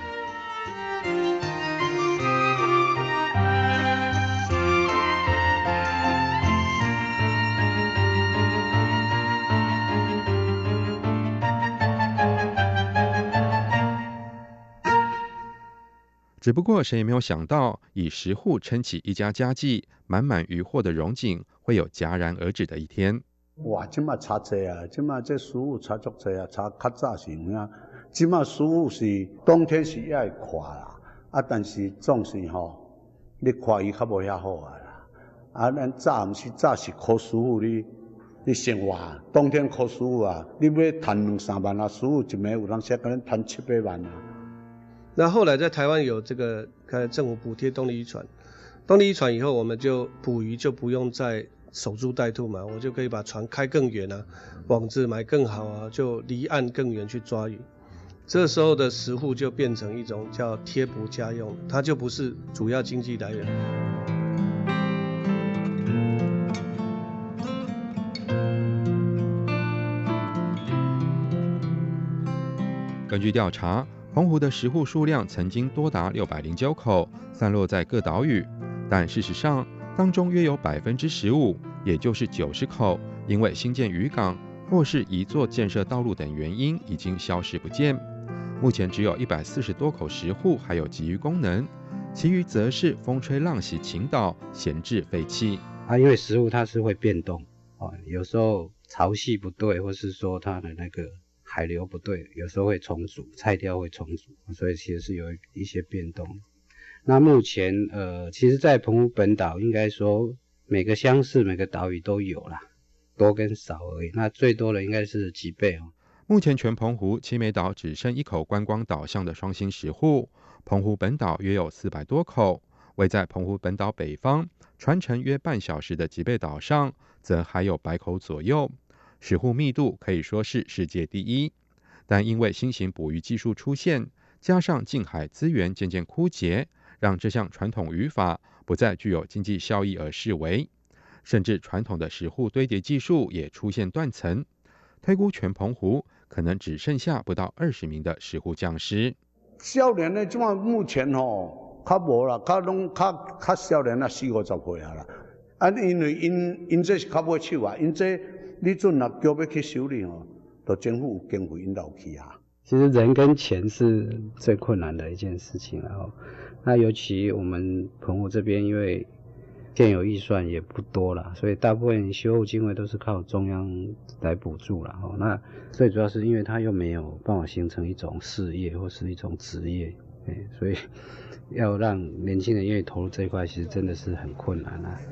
只不过谁也没有想到，以石户撑起一家家计、满满渔获的荣景，会有戛然而止的一天。 哇，即马差济啊！即马这师傅差足济啊，差较早是有影。即马师傅是冬天是也会看啦，啊，但是总是吼，你看伊较无遐好啊啦。啊，咱早毋是早是靠师傅你你生活，冬天靠师傅啊，你要赚两三万啊，师傅一暝有人写可能赚七八万啊。 那后来在台湾有这个呃政府补贴动力渔船，动力渔船以后我们就捕鱼就不用再守株待兔嘛，我就可以把船开更远啊，网子买更好啊，就离岸更远去抓鱼。这时候的石户就变成一种叫贴补家用，它就不是主要经济来源。 根据调查，澎湖的食户数量曾经多达六百零九口，散落在各岛屿，但事实上当中约有百分之十五，也就是九十口，因为新建渔港或是移作建设道路等原因已经消失不见。目前只有一百四十多口食户还有给予功能，其余则是风吹浪袭倾倒，闲置废弃。 啊，因为食物它是会变动啊，有时候潮汐不对，或是说它的那个海流不对，有时候会重组，菜钓会重组，所以其实是有一些变动。那目前呃，其实在澎湖本岛应该说每个乡市每个岛屿都有啦，多跟少而已。那最多的应该是吉贝哦。 目前全澎湖七美岛只剩一口观光导向的双星食户，澎湖本岛约有四百多口。位在澎湖本岛北方，船程约半小时的吉贝岛上，则还有百口左右，食户密度可以说是世界第一。但因为新型捕鱼技术出现，加上近海资源渐渐枯竭，让这项传统渔法不再具有经济效益而式微，甚至传统的食户堆叠技术也出现断层。推估全澎湖可能只剩下不到二十名的食户匠师。 少年的即马目前吼，较无啦，较拢较较少年啊，四五十岁啊啦。啊，因为因因这是较尾手啊，因这你准若叫要去修理吼，就政府有经费引导去啊。 其实人跟钱是最困难的一件事情，然后那尤其我们澎湖这边，因为现有预算也不多啦，所以大部分修护经费都是靠中央来补助啦。哦，那最主要是因为它又没有办法形成一种事业或是一种职业，欸，所以要让年轻人愿意投入这一块，其实真的是很困难啊。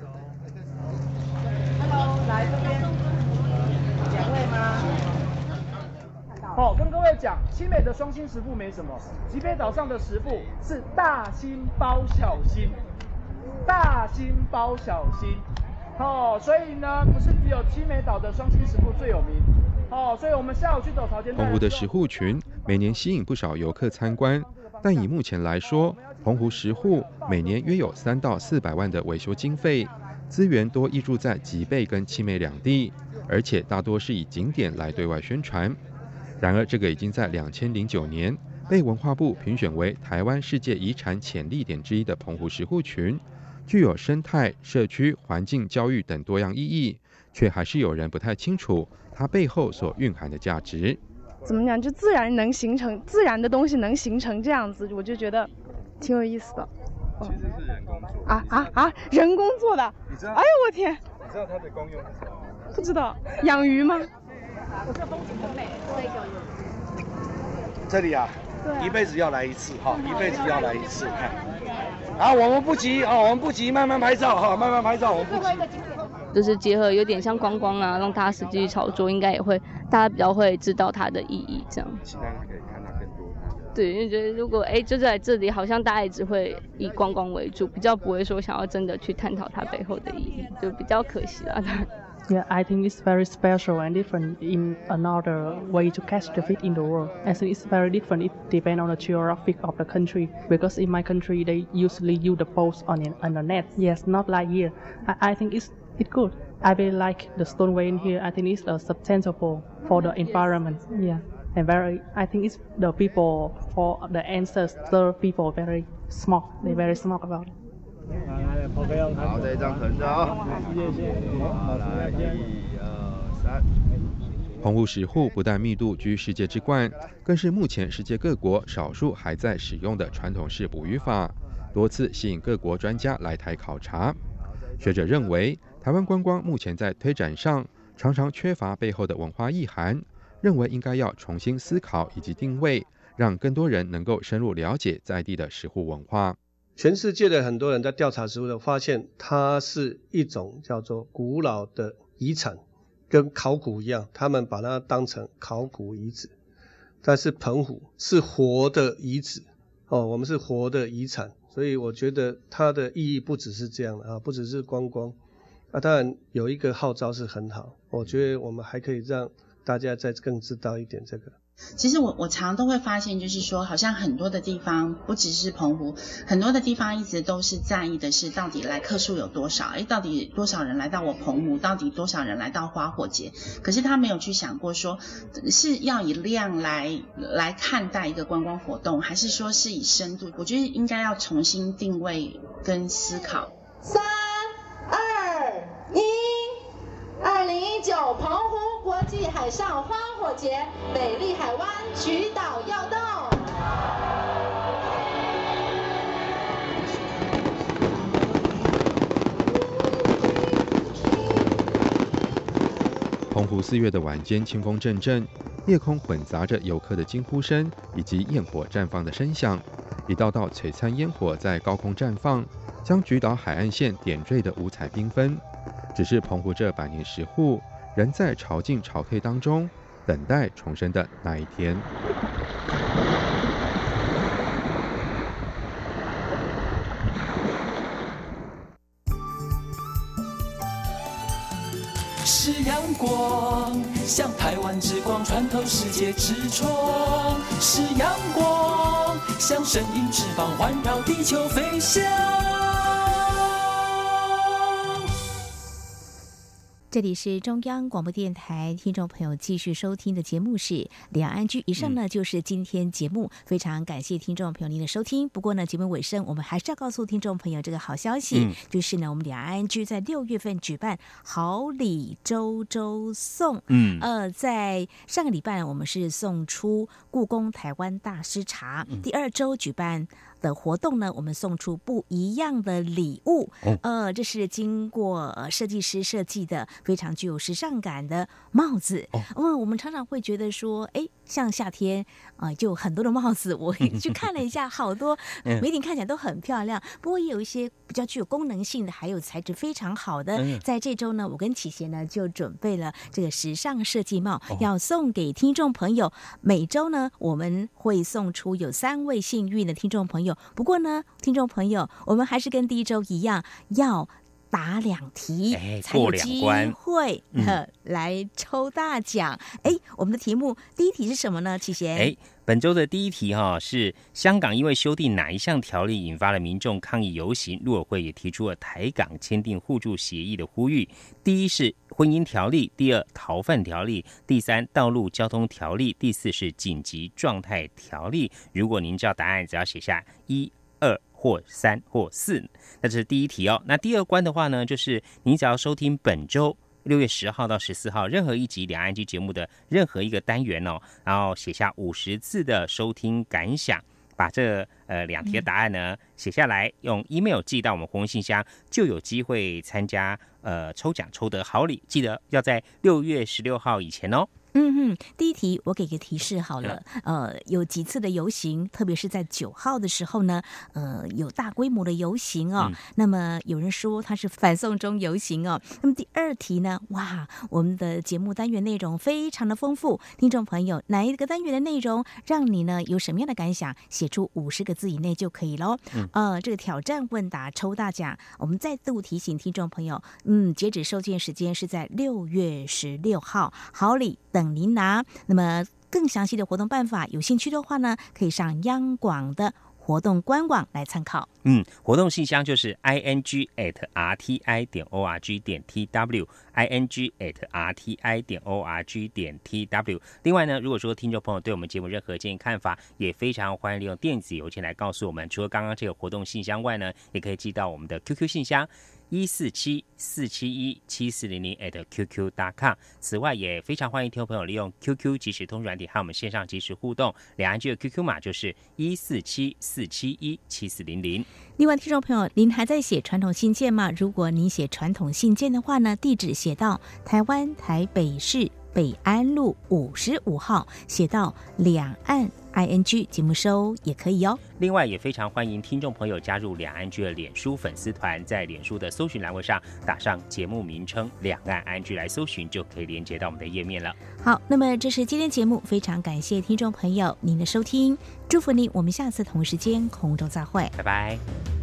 Hello， 来这边，两位吗？好，跟各位讲，七美的双星食府没什么，吉贝岛上的食府是大心包小心。大心包小心，哦，所以呢，不是只有七美岛的双星食府最有名，哦，所以我们下午去走潮间。 澎湖的食户群每年吸引不少游客参观，但以目前来说，澎湖食户每年约有三到四百万的维修经费，资源多挹注在吉贝跟七美两地，而且大多是以景点来对外宣传。然而，这个已经在两千零九年被文化部评选为台湾世界遗产潜力点之一的澎湖食户群，具有生态、社区、环境、教育等多样意义，却还是有人不太清楚它背后所蕴含的价值。 怎么讲？就自然能形成，自然的东西能形成这样子，我就觉得挺有意思的。 其实是人工做的。 啊啊啊！人工做的？ 你知道？ 哎呦我天！ 你知道它的功用是什么？ 不知道。养鱼吗？ 我这风景很美，这个。 这里啊。一辈子要来一次哈，一辈子要来一次。好，我们不急啊，我们不急，慢慢拍照哈，慢慢拍照，我们不急。 就是结合有点像观光啊，让大家实际去操作，应该也会大家比较会知道它的意义这样。 期待可以看到更多。 对，因为觉得如果哎就在这里，好像大家也只会以观光为主，比较不会说想要真的去探讨它背后的意义，就比较可惜啦。 Yeah, I think it's very special and different in another way to catch the fish in the world. I think it's very different. It depends on the geography of the country. Because in my country, they usually use the poles on, on the net. Yes, not like here. I, I think it's it's good. I really like the stoneway in here. I think it's uh, sustainable for the environment. Yeah, and very. I think it's the people for the ancestor people very smart. They very smart about it. 好，这一张横着哦。谢谢。好，来，一二三。 澎湖食户不但密度居世界之冠，更是目前世界各国少数还在使用的传统式捕鱼法，多次吸引各国专家来台考察。学者认为，台湾观光目前在推展上常常缺乏背后的文化意涵，认为应该要重新思考以及定位，让更多人能够深入了解在地的食户文化。 全世界的很多人在调查食物的发现，它是一种叫做古老的遗产，跟考古一样，他们把它当成考古遗址。但是澎湖是活的遗址，哦，我们是活的遗产，所以我觉得它的意义不只是这样的啊，不只是观光啊。当然有一个号召是很好，我觉得我们还可以让大家再更知道一点这个。 其实我我常都会发现，就是说好像很多的地方，不只是澎湖，很多的地方一直都是在意的是到底来客数有多少，诶，到底多少人来到我澎湖，到底多少人来到花火节，可是他没有去想过说是要以量来来看待一个观光活动，还是说是以深度，我觉得应该要重新定位跟思考。 三二一，二零一九澎湖国际海上花火节，美丽海湾曲岛耀动。 澎湖四月的晚间，清风阵阵，夜空混杂着游客的惊呼声以及焰火绽放的声响，一道道璀璨烟火在高空绽放，将菊岛海岸线点缀得五彩缤纷。只是澎湖这百年石户仍在潮进潮退当中，等待重生的那一天。 是阳光，像台湾之光穿透世界之窗；是阳光，像神鹰翅膀环绕地球飞翔。 这里是中央广播电台，听众朋友继续收听的节目是两岸居。以上呢就是今天节目，非常感谢听众朋友您的收听。不过呢，节目尾声我们还是要告诉听众朋友这个好消息，嗯、就是呢，我们两岸居在六月份举办好礼周周送。嗯，呃，在上个礼拜我们是送出故宫台湾大师茶，嗯、第二周举办的活动呢，我们送出不一样的礼物。哦、呃，这是经过呃设计师设计的。非常具有时尚感的帽子，哦、嗯，我们常常会觉得说，哎，像夏天啊、呃，就很多的帽子，我去看了一下，好多每顶看起来都很漂亮，不过也有一些比较具有功能性的，还有材质非常好的。嗯、在这周呢，我跟启贤呢就准备了这个时尚设计帽，哦、要送给听众朋友。每周呢，我们会送出有三位幸运的听众朋友。不过呢，听众朋友，我们还是跟第一周一样，要答两题、哎、才有机会、嗯呃、来抽大奖。哎，我们的题目第一题是什么呢？启贤， 哎，本周的第一题哈、哦、是香港因为修订哪一项条例引发了民众抗议游行，陆委会也提出了台港签订互助协议的呼吁。第一是婚姻条例，第二逃犯条例，第三道路交通条例，第四是紧急状态条例。如果您知道答案，只要写下一二或三或四，那这是第一题哦。那第二关的话呢，就是你只要收听本周六月十号到十四号任何一集两岸居节目的任何一个单元哦，然后写下五十字的收听感想，把这呃两题的答案呢写下来，用 email 寄到我们活动信箱，就有机会参加呃抽奖，抽得好礼。记得要在六月十六号以前哦。 嗯哼，第一题我给个提示好了，呃，有几次的游行，特别是在九号的时候呢，呃，有大规模的游行哦。嗯、那么有人说它是反送中游行哦。那么第二题呢，哇，我们的节目单元内容非常的丰富，听众朋友哪一个单元的内容让你呢有什么样的感想，写出五十个字以内就可以咯。嗯、呃，这个挑战问答抽大奖，我们再度提醒听众朋友，嗯，截止收件时间是在六月十六号，好礼等您拿。那么更详细的活动办法，有兴趣的话呢，可以上央广的活动官网来参考。 嗯，活动信箱就是 i n g at r t i 点 o r g 点 t w i n g at r t i 点 o r g 点 t w。另外呢，如果说听众朋友对我们节目任何建议看法，也非常欢迎利用电子邮件来告诉我们。除了刚刚这个活动信箱外呢，也可以寄到我们的 Q Q 信箱一四七四七一七四零零 at qq dot com。此外，也非常欢迎听众朋友利用 Q Q 即时通软体和我们线上即时互动。两岸居的 Q Q 码就是一四七四七一七四零零。 另外，听众朋友，您还在写传统信件吗？如果您写传统信件的话呢，地址写到台湾台北市北安路五十五号，写到两岸 I N G 节目收也可以哦。 另外，也非常欢迎听众朋友加入两岸居的脸书粉丝团，在脸书的搜寻栏位上打上节目名称两岸 I N G 来搜寻，就可以连接到我们的页面了。 好，那么这是今天节目，非常感谢听众朋友您的收听，祝福您，我们下次同时间空中再会， 拜拜。